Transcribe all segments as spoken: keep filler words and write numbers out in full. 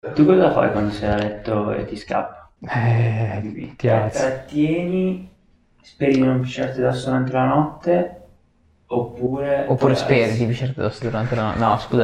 Tu cosa fai quando sei a letto e ti scappa? Eh, ti alzi. Trattieni, speri di non pisciarti addosso durante la notte, oppure... Oppure speri di pisciarti addosso durante la notte. No, scusa.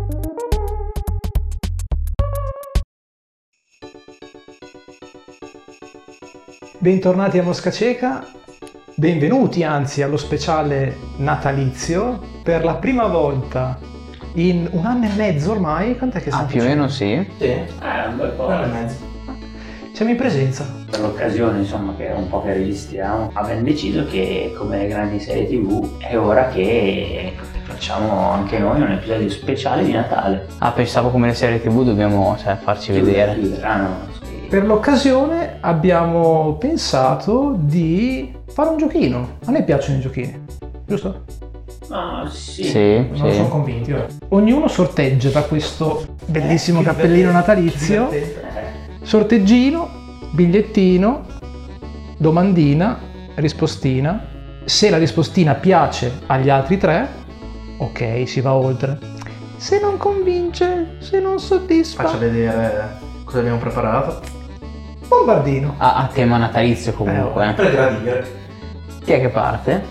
Bentornati a Mosca Cieca, benvenuti anzi allo speciale natalizio. Per la prima volta in un anno e mezzo ormai, quant'è che Ah, siamo? più o meno sì. Sì, Eh, un bel po'. un anno e mezzo. Siamo in presenza. Per l'occasione, insomma, che è un po' che registriamo, abbiamo deciso che, come grandi serie tv, è ora che facciamo anche noi un episodio speciale di Natale. Ah, pensavo come le serie tv dobbiamo, cioè, farci vedere. Chiuderanno. Per l'occasione abbiamo pensato di fare un giochino. A me piacciono i giochini, giusto? Ah, sì. Sì, Non sì. sono convinti. Ora. Ognuno sorteggia da questo bellissimo cappellino natalizio. Eh, Sorteggino, bigliettino, domandina, rispostina. Se la rispostina piace agli altri tre, ok, si va oltre. Se non convince, se non soddisfa, Faccio vedere cosa abbiamo preparato. bombardino. Ah, a tema natalizio comunque. Eh, per gradire. Chi è che parte?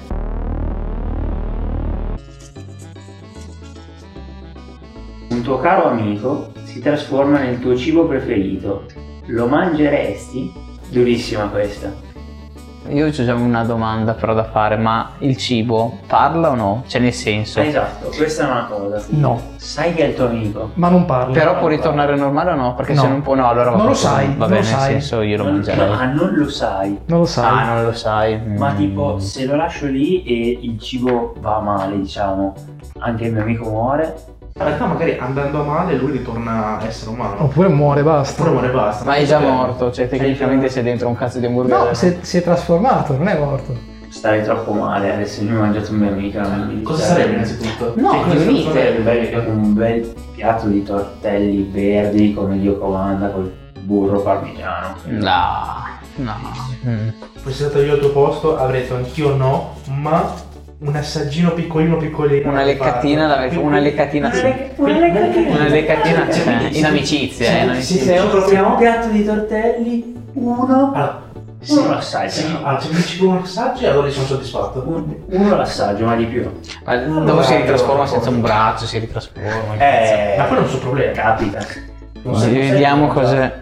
Un tuo caro amico si trasforma nel tuo cibo preferito. Lo mangeresti? Durissima questa. Io ho già una domanda però da fare, ma il cibo parla o no? Cioè nel senso, Esatto, questa è una cosa. No, Sai che è il tuo amico. ma non parla. però può ritornare normale o no? Perché No. se non può, no, allora va Non lo proprio- sai, va non bene, lo nel sai. senso io lo Non- mangerei. Ah, non lo sai. Non lo sai. Ah, non lo sai. Ma Mm. tipo, se lo lascio lì e il cibo va male, diciamo, anche il mio amico muore. In realtà magari andando a male lui ritorna a essere umano. Oppure muore, basta. Oppure muore basta. Ma è già morto, cioè tecnicamente sei dentro un cazzo di hamburger. No, si è, si è trasformato, non è morto. Starei troppo male, adesso mi ho mangiato un mio amico. non mi Cosa dispiace. sarebbe innanzitutto? No, Cioè, cosa ti unite. sarebbe? Un bel, un bel piatto di tortelli verdi come Dio comanda col burro parmigiano. No, no. Mm. Fossi stato io al tuo posto avrei detto anch'io no, ma un assaggino piccolino piccolino. Una leccatina, l'avrei fatto, una leccatina sì. Una leccatina. Una leccatina c'è, in amicizia, eh, in Se amicizia. se offriamo un piatto di tortelli, uno, Allora, uno lo assaggia. sì, allora, se mi dici un assaggio allora io sono soddisfatto. Un- Uno lo assaggio, ma di più. Ma dopo si ritrasforma senza un braccio, si ritrasforma. Eh, Ma quello è un suo problema. capita. Non Sì, sai- non sai vediamo cosa- cos'è.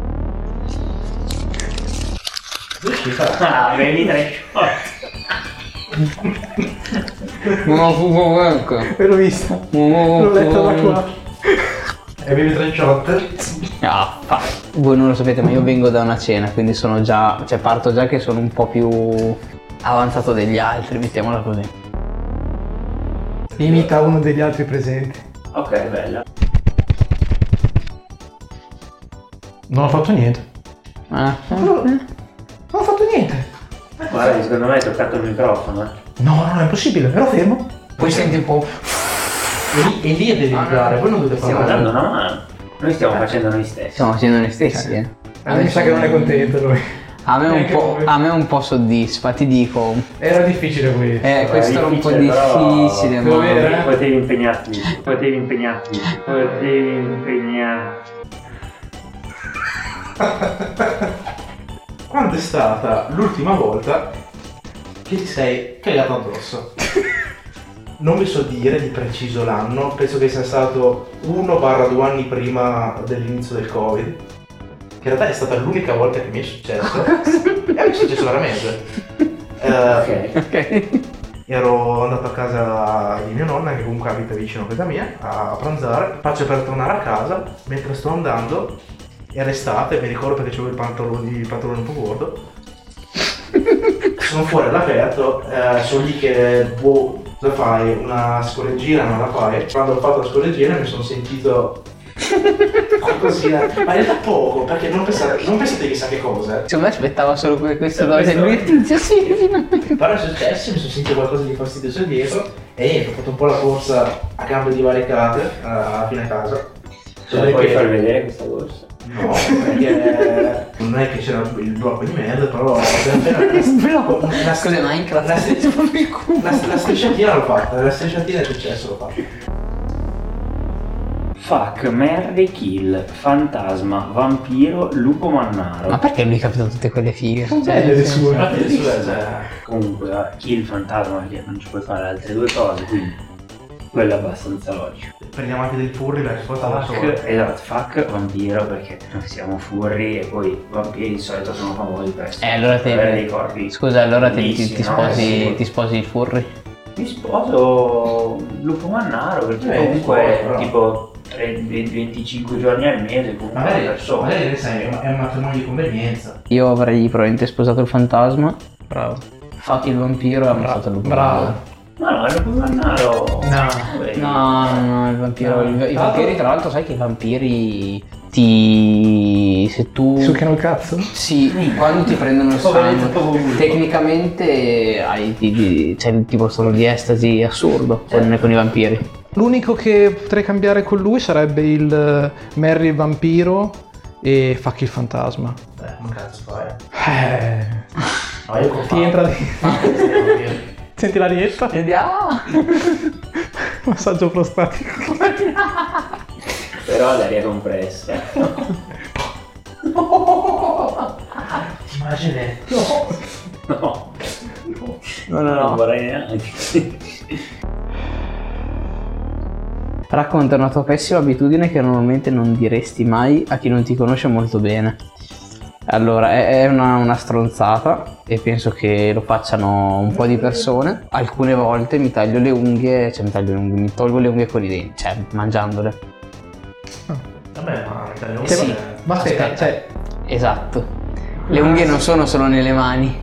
Ah, bevi tre shot. No, fu ecco. Ve l'ho vista. L'ho letta da qua. E bevi tre shot? Ah, fa. Voi non lo sapete, ma io vengo da una cena, quindi sono già, cioè parto già che sono un po' più avanzato degli altri, mettiamola così. Imita uno degli altri presenti. Ok, bella. Non ho fatto niente. Ah, Non ho fatto niente. Guarda, secondo me hai toccato il microfono. eh. No, non è possibile, ero fermo. poi senti un po'. E lì, e lì devi entrare, voi non dovete Stiamo parlare. dando una mano. Noi stiamo facendo noi stessi. Stiamo facendo noi stessi, eh. A me mi sa che non è contento lui. A me un Neanche po', voi. a me un po' soddisfa, ti dico. Era difficile questo. Eh, questo era un po' difficile, però- difficile, Devo ma. vedere. Potevi, potevi impegnarti di più. Potevi impegnarti di più. Potevi impegnarti. Quando è stata l'ultima volta che ti sei cagato addosso? Non vi so dire di preciso l'anno, penso che sia stato uno barra due anni prima dell'inizio del Covid, che in realtà è stata l'unica volta che mi è successo, e mi è successo veramente. Eh, Ok. Ok. Ero andato a casa di mia nonna, che comunque abita vicino a casa mia, a pranzare. Faccio per tornare a casa, mentre sto andando, era estate, mi ricordo perché avevo i pantaloni, i pantaloni un po' gordo. Sono fuori all'aperto, eh, sono lì che, boh, cosa fai? Una scorreggina, non la fai? Quando ho fatto la scorreggina mi sono sentito qualcosina, ma in realtà poco, perché non pensate, non pensate chissà che cosa. Secondo me aspettava solo que- questo dove Questo- lui inizia sì. Però è successo, mi sono sentito qualcosa di fastidioso dietro e niente, ho fatto un po' la corsa a gambe divaricate eh, alla fine a casa. Ce la puoi far vedere questa corsa? No, perché non è che c'era il blocco di merda, però appena appena la, la, Cos'è Minecraft? la, la, la strisciatina l'ho fatta, la strisciatina è successo, l'ho fatta. Fuck, Merry, Kill, Fantasma, Vampiro, Lupo Mannaro. Ma perché lui capita tutte quelle fighe? Sono belle le sue. Guardate le sue, cioè, Comunque, vabbè, Kill, Fantasma, perché non ci puoi fare le altre due cose, quindi quello è abbastanza logico. prendiamo anche del furry, la risposta è la Fuck, sola. esatto, fuck vampiro perché noi siamo furri e poi i vampiri di solito sono famosi per Eh, allora te- avere dei corpi. Scusa, allora ti, ti, bellissimi, ti no? sposi, Sì. ti sposi il furry? Mi sposo Lupo Mannaro perché Eh, comunque sposo, però. tipo tre- venticinque giorni al mese comunque Magari, una persona. magari sai, è un- è un matrimonio di convenienza. Io avrei probabilmente sposato il fantasma. Bravo. Fuck il vampiro e ammazzato il lupo. Bravo. Ma no, il Lupo Mannaro. No. vabbè. No, no, no, il vampiro. No. i, i vampiri, tra l'altro, sai che i vampiri ti. Se tu. Ti succhiano il cazzo? Sì, quando ti prendono il Poveretto, sangue, poveretto. tecnicamente hai ti- ti- c'è il tipo stato di estasi assurdo con, con i vampiri. L'unico che potrei cambiare con lui sarebbe il eh, Merry il vampiro e Fuck il fantasma. Eh, ma cazzo fai? Eh, No, io ti entra di... Senti la rietta? Vediamo. Massaggio prostatico. Però l'aria compressa. Immagini. No, No, no, non no. vorrei neanche. Racconta una tua pessima abitudine che normalmente non diresti mai a chi non ti conosce molto bene. Allora, è è una, una stronzata e penso che lo facciano un po' di persone. Alcune volte mi taglio le unghie, cioè mi taglio le unghie, mi tolgo le unghie con i denti, cioè mangiandole. Vabbè, ma italiano. Sì. Ma aspetta, cioè... Esatto. Le unghie non sono solo nelle mani.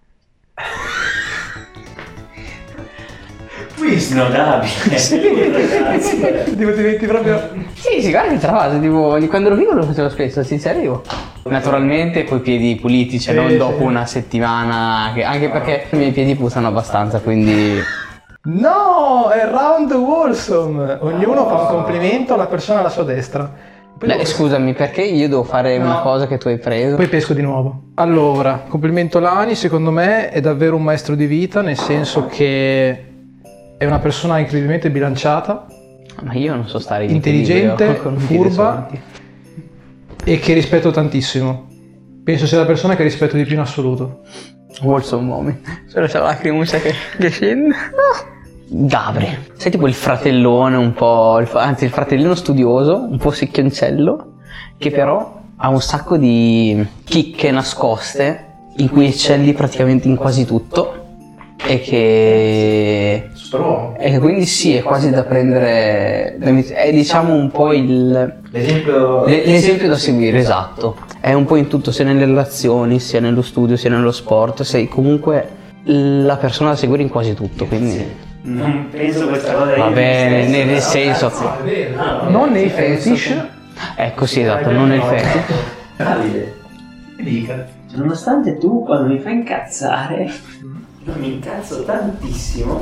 Snodabile. Tipo ti metti proprio... Sì, sì, guarda che tra l'altro, tipo, quando lo vivo lo facevo spesso, ti arrivo. Naturalmente coi piedi puliti, cioè Sì, non sì. dopo una settimana, che- anche perché i miei piedi puzzano abbastanza, quindi... No, è Round Walsome. Ognuno fa un complimento alla persona alla sua destra. Poi, Beh, dopo- scusami, perché io devo fare No. una cosa che tu hai preso? poi pesco di nuovo. Allora, complimento Lani, secondo me è davvero un maestro di vita, nel senso che è una persona incredibilmente bilanciata Ma io non so stare in Intelligente, equilibrio con un piede furba. soldi. e che rispetto tantissimo. Penso sia la persona che rispetto di più in assoluto. Walsome moment. Solo c'è la lacrimuccia che, che scende. Gabri. Sei tipo il fratellone un po', il- anzi il fratellino studioso, un po' secchioncello, che però ha un sacco di chicche nascoste in cui eccelli praticamente in quasi tutto e che... Superuomo. E che quindi sì, è quasi da prendere, è diciamo un po' il... L'esempio. L- L'esempio da seguire, esatto. È un po' in tutto, sia nelle relazioni, sia nello studio, sia nello sport. Sei comunque la persona da seguire in quasi tutto, quindi... Non penso questa cosa. Va bene, nel, nel senso... È vero. Non nei fetish. Ecco, sì, esatto, non nel fetish. Davide, Che dica. nonostante tu quando mi fai incazzare, non mi incazzo tantissimo,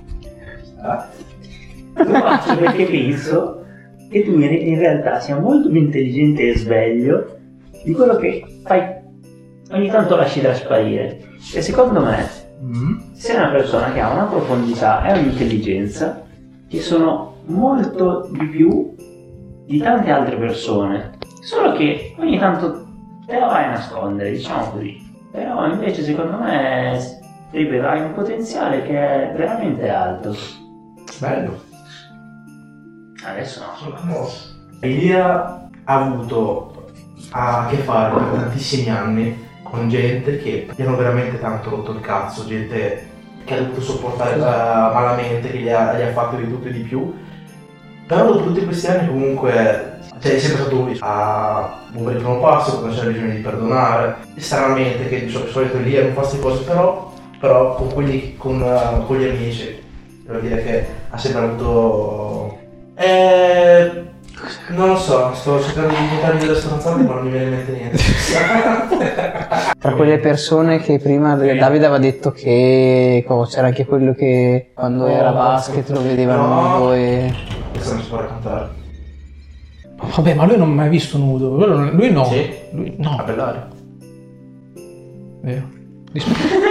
lo faccio perché penso che tu in, in realtà sia molto più intelligente e sveglio di quello che fai ogni tanto lasci trasparire. E secondo me Mm. sei una persona che ha una profondità e un'intelligenza che sono molto di più di tante altre persone, solo che ogni tanto te la vai a nascondere, diciamo così. Però invece secondo me, ripeto, hai un potenziale che è veramente alto. Bello. Adesso no. No. Elia ha avuto a che fare per tantissimi anni con gente che gli hanno veramente tanto rotto il cazzo, gente che ha dovuto sopportare eh, malamente, che gli ha, gli ha fatto di tutto e di più. Però dopo tutti questi anni comunque, cioè, è sempre stato lui a muovere il primo passo quando c'era bisogno di perdonare. E stranamente che di solito Elia non fa queste cose, però, però con quelli con, uh, con gli amici devo dire che ha sempre avuto... Eh, non lo so, sto cercando di inventare delle stronzate ma non mi viene in mente niente. Tra quelle persone che prima Davide aveva detto che oh, c'era anche quello che quando era basket lo vedeva No. nudo e... Questo non si può raccontare. Vabbè, ma lui non mi ha mai visto nudo. Lui, non- lui no. Sì? Lui no. A Bellari. Vero. Dis-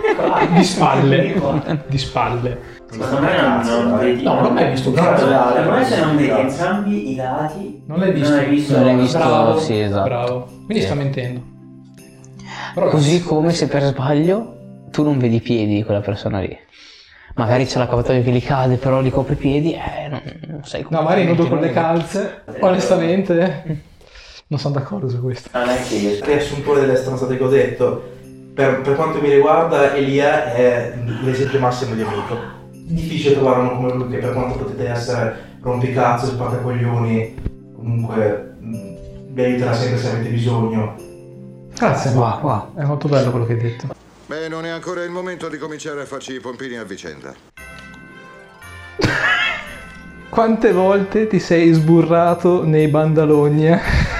Di spalle. Di spalle. Secondo me non, non vedi. No, non l'ho mai visto. Secondo me se non vedi entrambi i lati. Non l'hai visto? Non l'hai visto. Non l'hai visto, Bravo, sì, esatto. bravo. Quindi Sì. sta mentendo. Però Così come se per sbaglio tu non vedi i piedi di quella persona lì. Magari c'è l'accappatoio che li cade, però li copre i piedi, eh, non, non sai come. No, magari nudo con le non- calze. Onestamente, eh, non sono d'accordo su questo. Non è che io. Riassuntore delle stronzate che ho detto. Per, per quanto mi riguarda, Elia è l'esempio massimo di amico. Difficile trovare uno come lui che, per quanto potete essere rompicazzo, spaccacoglioni, comunque mh, vi aiuterà sempre se avete bisogno. Grazie. Wow, wow. È molto bello quello che hai detto. Beh, non è ancora il momento di cominciare a farci i pompini a vicenda. Quante volte ti sei sburrato nei bandalogni?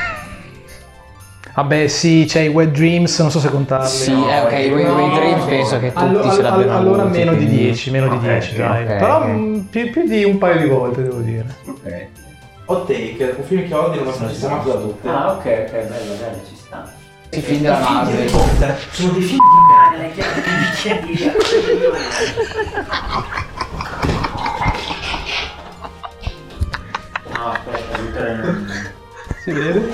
Vabbè, sì, c'è i Wet Dreams, non so se contarli. Sì, eh, ok, i Wet No. Dreams penso che tutti Allo- ce l'abbiano all- Allora avuti, meno di quindi- dieci, meno di Ok, dieci, dai. ok, Però ok. mh, più, più di un paio di volte, devo dire. Ok. Hot Take, un film che odio non sono sistemato da tutte. Ah, ok, ok, bello, bello, ci sta. Si film della Marvel. Sono dei film di Ah, le chiavi di vicenda. No, aspetta, Vittorio non. Si vede?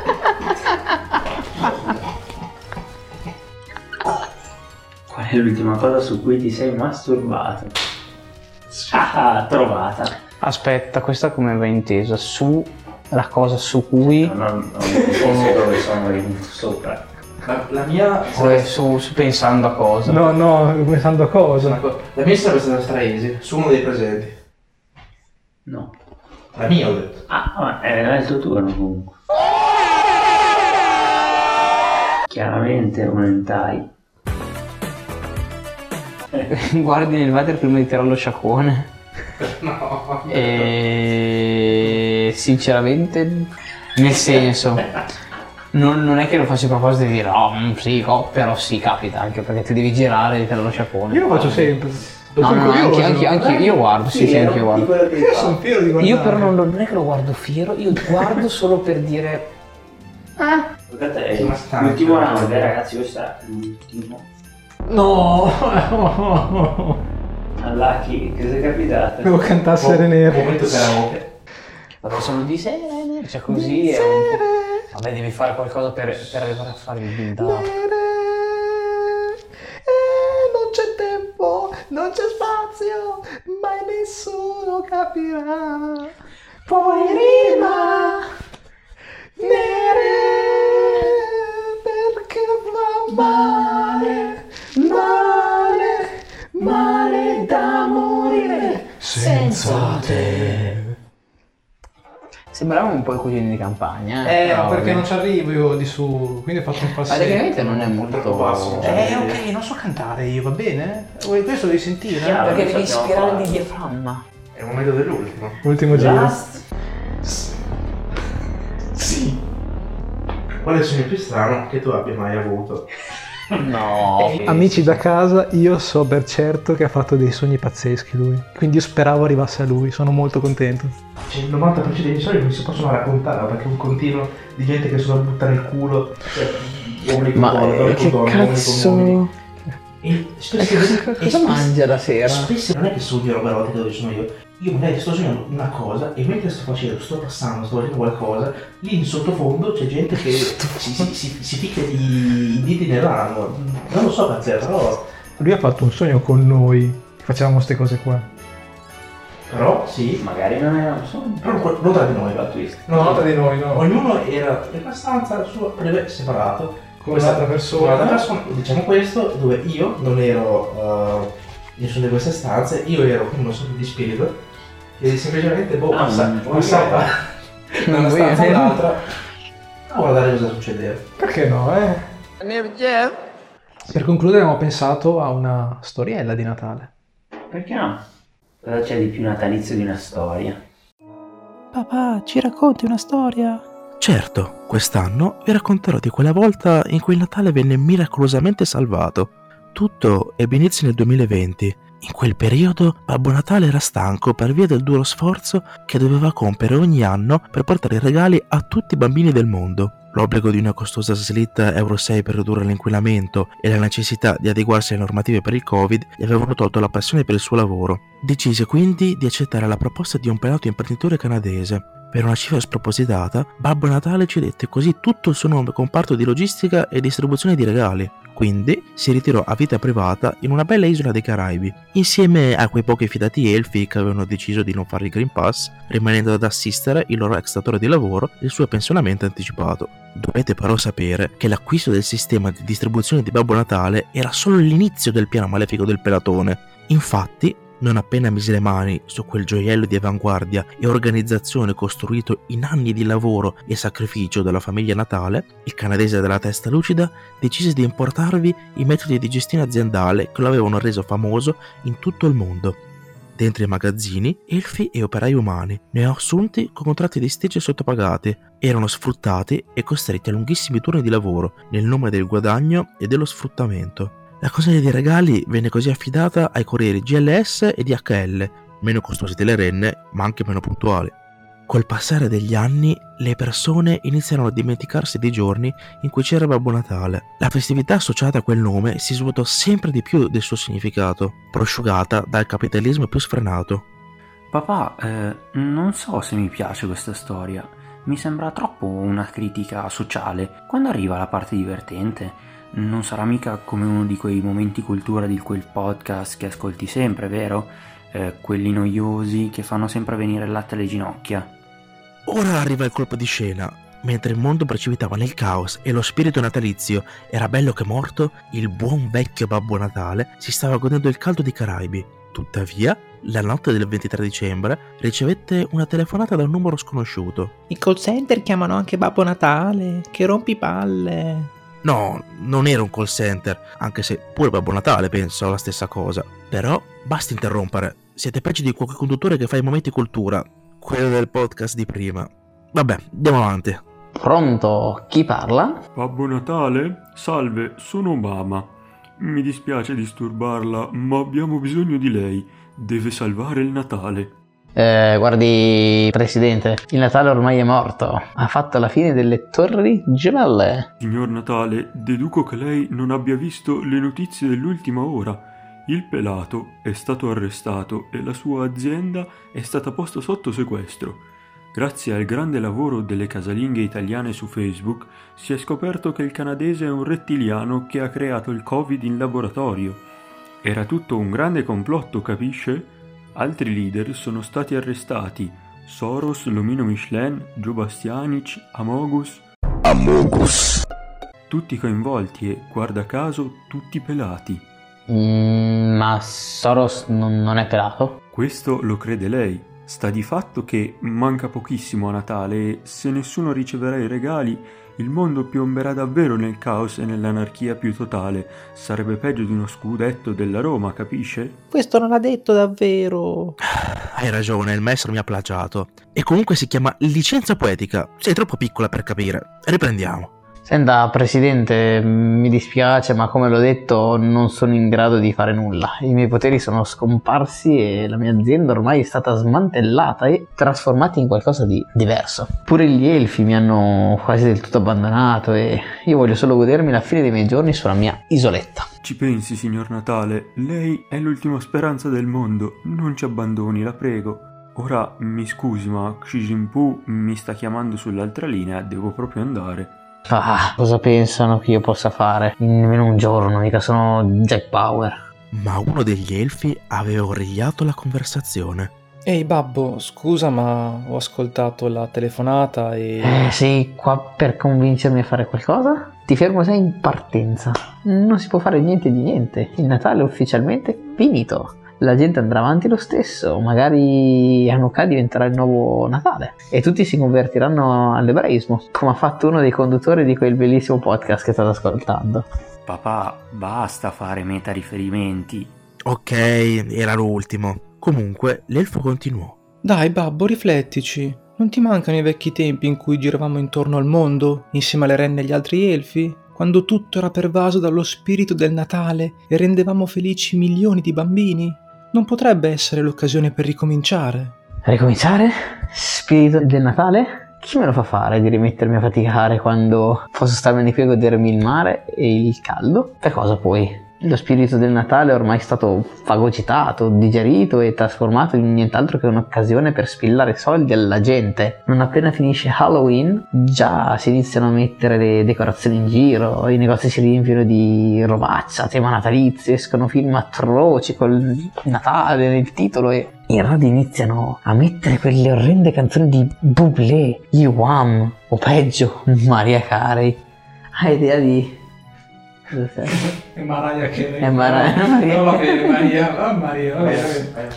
Qual è l'ultima cosa su cui ti sei masturbato? Ah, trovata. Aspetta, questa come va intesa? Su la cosa su cui... No, non, non so dove sono venuto sopra. La, la mia o su, su pensando a cosa? No, no, pensando a cosa. una co- la mia sarebbe stata straesi su uno dei presenti. No. La mia ho detto. Ah, ma era il tuo turno comunque. Chiaramente un hentai. Guardi nel water prima di tirare lo sciacquone. No. E sinceramente, nel senso, non, non è che lo faccio a proposito di dire oh mm, sì, oh, però sì, capita, anche perché ti devi girare e tirare lo sciacquone. Io lo faccio sempre. No, Sono no, anche, curioso. anche, anche io guardo, sì, sì, anche io guardo. Io sono fiero di guardare. Io però non, lo- non è che lo guardo fiero, io guardo solo per dire ah, Guardate, è Sono stanco. l'ultimo round, eh, ragazzi, questo è l'ultimo. No! All'Aki, cosa è capitato? Devo cantassere Un nere. momento karaoke. vabbè, sono di sere, cioè così è un po'... Vabbè, devi fare qualcosa per, per arrivare a fare il build up. Non c'è tempo, non c'è spazio, mai nessuno capirà. Poi rima nere perché va male, male, male da morire senza te. Sembrava un po' i cugini di campagna. Eh, Eh, però, perché vabbè. non ci arrivo io di su, quindi ho fatto un Ma falsetto. tecnicamente non è molto Troppo basso. Eh, ok, non so cantare io, va bene? Vuoi- Questo devi sentire? Chiaro. Perché non devi sappiamo ispirare fare. il diaframma. È il momento dell'ultimo. Ultimo giro. Last. Sì. Qual è il sogno più strano che tu abbia mai avuto? No. Amici da casa, io so per certo che ha fatto dei sogni pazzeschi lui. Quindi io speravo arrivasse a lui, sono molto contento. Cioè, il novanta per cento dei soldi non si possono raccontare perché è un continuo di gente che sono a buttare il culo. Cioè, uomini con Ma donne, donne eh, con che donne, uomini cazzo... con uomini. E spesso, Cosa, e cosa spesso- mangia la sera? Spesso non è che sogno roba erotica dove sono io. Io magari sto sognando una cosa e mentre sto facendo, sto passando, sto facendo qualcosa, lì in sottofondo c'è gente che si, si, si, si picchia i, i diti nell'anno. Non lo so perché, però. Lui ha fatto un sogno con noi, che facevamo queste cose qua. Però sì. Magari non era un sogno. Non, non tra di noi. La twist. No, di noi, Ognuno era in una stanza sua breve separato. Con un'altra persona. Con un'altra persona, diciamo questo, dove io non ero uh, in nessuna di queste stanze, io ero come una sorta di spirito che semplicemente boh, Ah, passa, non vuoi passava da una Non vuoi stanza vedere? all'altra a guardare cosa succedeva. Perché no, eh? Per concludere abbiamo pensato a una storiella di Natale. Perché no? Cosa c'è di più natalizio di una storia? Papà, ci racconti una storia? Certo, quest'anno vi racconterò di quella volta in cui il Natale venne miracolosamente salvato. Tutto ebbe inizio nel duemilaventi. In quel periodo Babbo Natale era stanco per via del duro sforzo che doveva compiere ogni anno per portare i regali a tutti i bambini del mondo. l'obbligo di una costosa slitta Euro sei per ridurre l'inquinamento e la necessità di adeguarsi alle normative per il Covid gli avevano tolto la passione per il suo lavoro. Decise quindi di accettare la proposta di un pelato imprenditore canadese. Per una cifra spropositata, Babbo Natale cedette così tutto il suo nuovo comparto di logistica e distribuzione di regali. Quindi si ritirò a vita privata in una bella isola dei Caraibi, insieme a quei pochi fidati elfi che avevano deciso di non fare il Green Pass, rimanendo ad assistere il loro ex datore di lavoro e il suo pensionamento anticipato. Dovete però sapere che l'acquisto del sistema di distribuzione di Babbo Natale era solo l'inizio del piano malefico del pelatone. Infatti, non appena mise le mani su quel gioiello di avanguardia e organizzazione costruito in anni di lavoro e sacrificio dalla famiglia Natale, il canadese dalla testa lucida decise di importarvi i metodi di gestione aziendale che lo avevano reso famoso in tutto il mondo. Dentro i magazzini, elfi e operai umani, ne ho assunti con contratti di stage sottopagati, erano sfruttati e costretti a lunghissimi turni di lavoro nel nome del guadagno e dello sfruttamento. La consegna dei regali venne così affidata ai corrieri G L S e D H L, meno costosi delle renne, ma anche meno puntuali. Col passare degli anni, le persone iniziarono a dimenticarsi dei giorni in cui c'era Babbo Natale. La festività associata a quel nome si svuotò sempre di più del suo significato, prosciugata dal capitalismo più sfrenato. Papà, eh, non so se mi piace questa storia. Mi sembra troppo una critica sociale. Quando arriva la parte divertente? Non sarà mica come uno di quei momenti cultura di quel podcast che ascolti sempre, vero? Eh, quelli noiosi che fanno sempre venire il latte alle ginocchia. Ora arriva il colpo di scena. Mentre il mondo precipitava nel caos e lo spirito natalizio era bello che morto, il buon vecchio Babbo Natale si stava godendo il caldo dei Caraibi. Tuttavia, la notte del ventitré dicembre ricevette una telefonata da un numero sconosciuto. I call center chiamano anche Babbo Natale, che rompipalle. No, non era un call center, anche se pure Babbo Natale penso la stessa cosa. Però basta interrompere, siete peggio di qualche conduttore che fa i momenti cultura, quello del podcast di prima. Vabbè, andiamo avanti. Pronto? Chi parla? Babbo Natale? Salve, sono Obama. Mi dispiace disturbarla, ma abbiamo bisogno di lei. Deve salvare il Natale. Eh, guardi, Presidente, il Natale ormai è morto. Ha fatto la fine delle torri gemelle. Signor Natale, deduco che lei non abbia visto le notizie dell'ultima ora. Il pelato è stato arrestato e la sua azienda è stata posta sotto sequestro. Grazie al grande lavoro delle casalinghe italiane su Facebook si è scoperto che il canadese è un rettiliano che ha creato il Covid in laboratorio. Era tutto un grande complotto, capisce? Altri leader sono stati arrestati: Soros, Lomino Michelin, Joe Bastianic, Amogus. Amogus. Tutti coinvolti e, guarda caso, tutti pelati. Mm, ma Soros non, non è pelato? Questo lo crede lei. Sta di fatto che manca pochissimo a Natale e se nessuno riceverà i regali, il mondo piomberà davvero nel caos e nell'anarchia più totale. Sarebbe peggio di uno scudetto della Roma, capisce? Questo non l'ha detto davvero. Hai ragione, il maestro mi ha plagiato. E comunque si chiama licenza poetica. Sei troppo piccola per capire. Riprendiamo. Senta, Presidente, mi dispiace, ma come l'ho detto non sono in grado di fare nulla. I miei poteri sono scomparsi e la mia azienda ormai è stata smantellata e trasformata in qualcosa di diverso. Pure gli elfi mi hanno quasi del tutto abbandonato e io voglio solo godermi la fine dei miei giorni sulla mia isoletta. Ci pensi, signor Natale, lei è l'ultima speranza del mondo, non ci abbandoni, la prego. Ora mi scusi, ma Xi Jinping mi sta chiamando sull'altra linea, devo proprio andare. Ah, cosa pensano che io possa fare? In nemmeno un giorno, mica sono Jack Bauer. Ma uno degli elfi aveva origliato la conversazione. Ehi babbo, scusa ma ho ascoltato la telefonata e... Eh, sei qua per convincermi a fare qualcosa? Ti fermo già in partenza. Non si può fare niente di niente. Il Natale è ufficialmente finito. La gente andrà avanti lo stesso, magari Hanukkah diventerà il nuovo Natale e tutti si convertiranno all'ebraismo, come ha fatto uno dei conduttori di quel bellissimo podcast che state ascoltando. Papà, basta fare meta riferimenti. Ok, era l'ultimo. Comunque, l'elfo continuò. Dai babbo, riflettici. Non ti mancano i vecchi tempi in cui giravamo intorno al mondo, insieme alle renne e agli altri elfi? Quando tutto era pervaso dallo spirito del Natale e rendevamo felici milioni di bambini? Non potrebbe essere l'occasione per ricominciare? Ricominciare? Spirito del Natale? chi me lo fa fare di rimettermi a faticare quando posso starmene qui a godermi il mare e il caldo? Per cosa poi? Lo spirito del Natale è ormai stato fagocitato, digerito e trasformato in nient'altro che un'occasione per spillare soldi alla gente. Non appena finisce Halloween, già si iniziano a mettere le decorazioni in giro, i negozi si riempiono di robaccia, tema natalizio, escono film atroci col Natale nel titolo e i radio iniziano a mettere quelle orrende canzoni di Bublé, gli Wham, o peggio, Mariah Carey. Hai idea di... È Mariah Carey. È Mariah Maria. No, va bene, Maria, oh, Maria, va bene, va bene.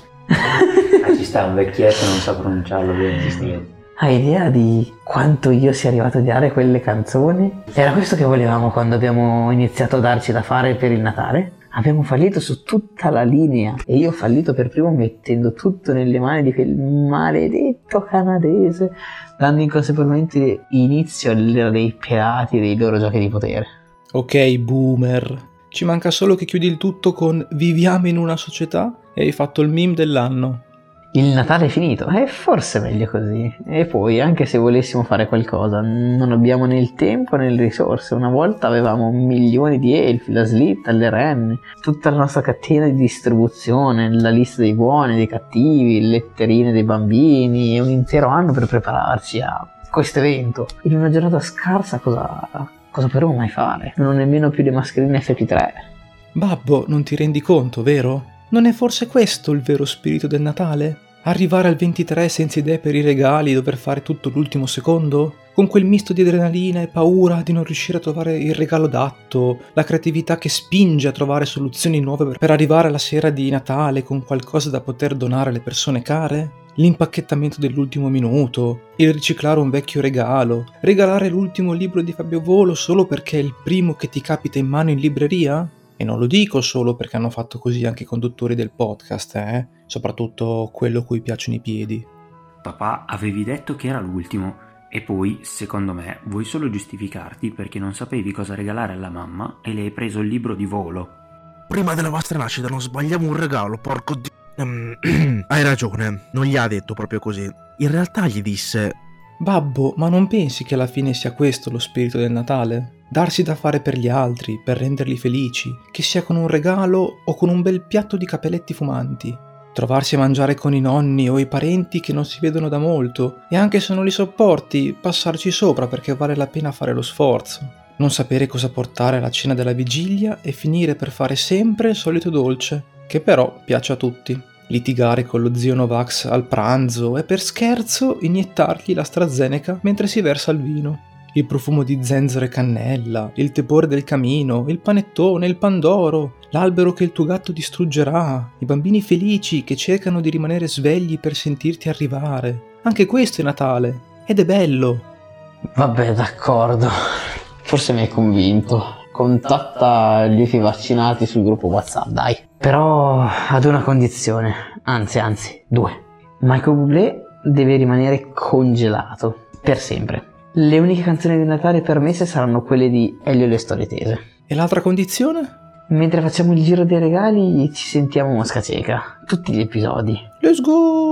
Ah, ci sta un vecchietto, non sa pronunciarlo bene. Hai idea di quanto io sia arrivato a odiare quelle canzoni? Era questo che volevamo quando abbiamo iniziato a darci da fare per il Natale? Abbiamo fallito su tutta la linea e io ho fallito per primo mettendo tutto nelle mani di quel maledetto canadese, dando inconsapevolmente inizio all'era dei pirati e dei loro giochi di potere. Ok, boomer. Ci manca solo che chiudi il tutto con viviamo in una società e hai fatto il meme dell'anno. Il Natale è finito, e forse meglio così. E poi, anche se volessimo fare qualcosa, non abbiamo né il tempo né le risorse. Una volta avevamo milioni di elfi, la slitta, le renne, tutta la nostra catena di distribuzione, la lista dei buoni, dei cattivi, le letterine dei bambini, e un intero anno per prepararci a questo evento. In una giornata scarsa cosa... Cosa potremmo mai fare? Non ho nemmeno più le mascherine F P tre. Babbo, non ti rendi conto, vero? Non è forse questo il vero spirito del Natale? Arrivare al ventitré senza idee per i regali, dover fare tutto l'ultimo secondo? Con quel misto di adrenalina e paura di non riuscire a trovare il regalo adatto, la creatività che spinge a trovare soluzioni nuove per arrivare alla sera di Natale con qualcosa da poter donare alle persone care? L'impacchettamento dell'ultimo minuto, il riciclare un vecchio regalo, regalare l'ultimo libro di Fabio Volo solo perché è il primo che ti capita in mano in libreria? E non lo dico solo perché hanno fatto così anche i conduttori del podcast, eh? Soprattutto quello a cui piacciono i piedi. Papà, avevi detto che era l'ultimo, e poi, secondo me, vuoi solo giustificarti perché non sapevi cosa regalare alla mamma e le hai preso il libro di Volo. Prima della vostra nascita non sbagliamo un regalo, porco di... Um, hai ragione, non gli ha detto proprio così. In realtà gli disse... Babbo, ma non pensi che alla fine sia questo lo spirito del Natale? Darsi da fare per gli altri, per renderli felici, che sia con un regalo o con un bel piatto di capelletti fumanti. Trovarsi a mangiare con i nonni o i parenti che non si vedono da molto, e anche se non li sopporti, passarci sopra perché vale la pena fare lo sforzo. Non sapere cosa portare alla cena della vigilia e finire per fare sempre il solito dolce, che però piace a tutti. Litigare con lo zio Novax al pranzo e per scherzo iniettargli l'AstraZeneca mentre si versa il vino. Il profumo di zenzero e cannella, il tepore del camino, il panettone, il pandoro, l'albero che il tuo gatto distruggerà, i bambini felici che cercano di rimanere svegli per sentirti arrivare. Anche questo è Natale, ed è bello. Vabbè, d'accordo. Forse mi hai convinto. Contatta gli U F I vaccinati sul gruppo WhatsApp, dai. Però ad una condizione, anzi, anzi, due. Michael Bublé deve rimanere congelato, per sempre. Le uniche canzoni di Natale permesse saranno quelle di Elio e le storie tese. E l'altra condizione? Mentre facciamo il giro dei regali ci sentiamo mosca cieca, tutti gli episodi. Let's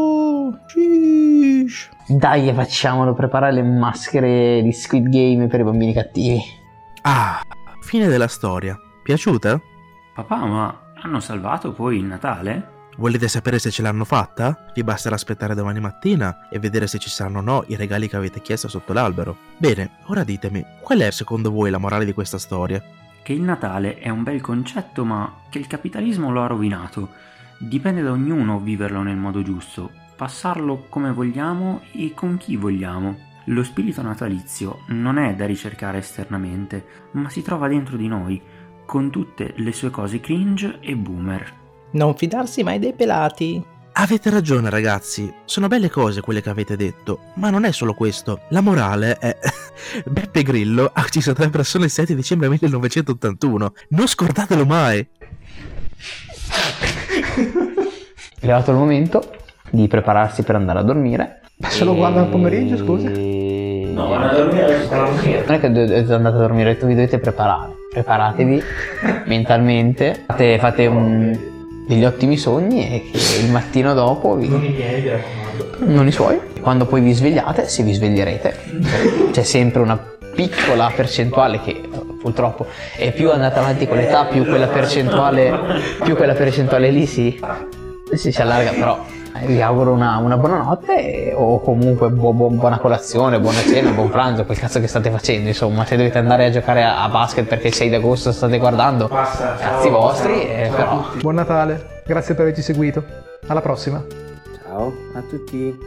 go! Sheesh. Dai, facciamolo, preparare le maschere di Squid Game per i bambini cattivi. Ah, fine della storia. Piaciuta? Papà, ma hanno salvato poi il Natale? Volete sapere se ce l'hanno fatta? Vi basterà aspettare domani mattina e vedere se ci saranno o no i regali che avete chiesto sotto l'albero. Bene, ora ditemi, qual è secondo voi la morale di questa storia? Che il Natale è un bel concetto, ma che il capitalismo lo ha rovinato. Dipende da ognuno viverlo nel modo giusto, passarlo come vogliamo e con chi vogliamo. Lo spirito natalizio non è da ricercare esternamente, ma si trova dentro di noi, con tutte le sue cose cringe e boomer. Non fidarsi mai dei pelati. Avete ragione ragazzi, sono belle cose quelle che avete detto, ma non è solo questo. La morale è... Beppe Grillo ha ucciso tre persone il sette dicembre millenovecentottantuno. Non scordatelo mai! È arrivato il momento di prepararsi per andare a dormire. Se lo guarda al pomeriggio, scusa. No, vanno a dormire. Non è che do- andate a dormire, tu vi dovete preparare. Preparatevi mentalmente, fate, fate un, degli ottimi sogni e che il mattino dopo vi... Non i miei, mi raccomando. non i suoi. Quando poi vi svegliate, se vi sveglierete, c'è sempre una piccola percentuale che purtroppo è più andata avanti con l'età, più quella percentuale, più quella percentuale lì si, si, si allarga, però vi auguro una, una buona notte o comunque bu- bu- buona colazione, buona cena, buon pranzo, quel cazzo che state facendo, insomma. Se dovete andare a giocare a, a basket perché il sei di agosto state guardando, cazzi vostri, eh, però Buon Natale, grazie per averci seguito. Alla prossima. Ciao a tutti.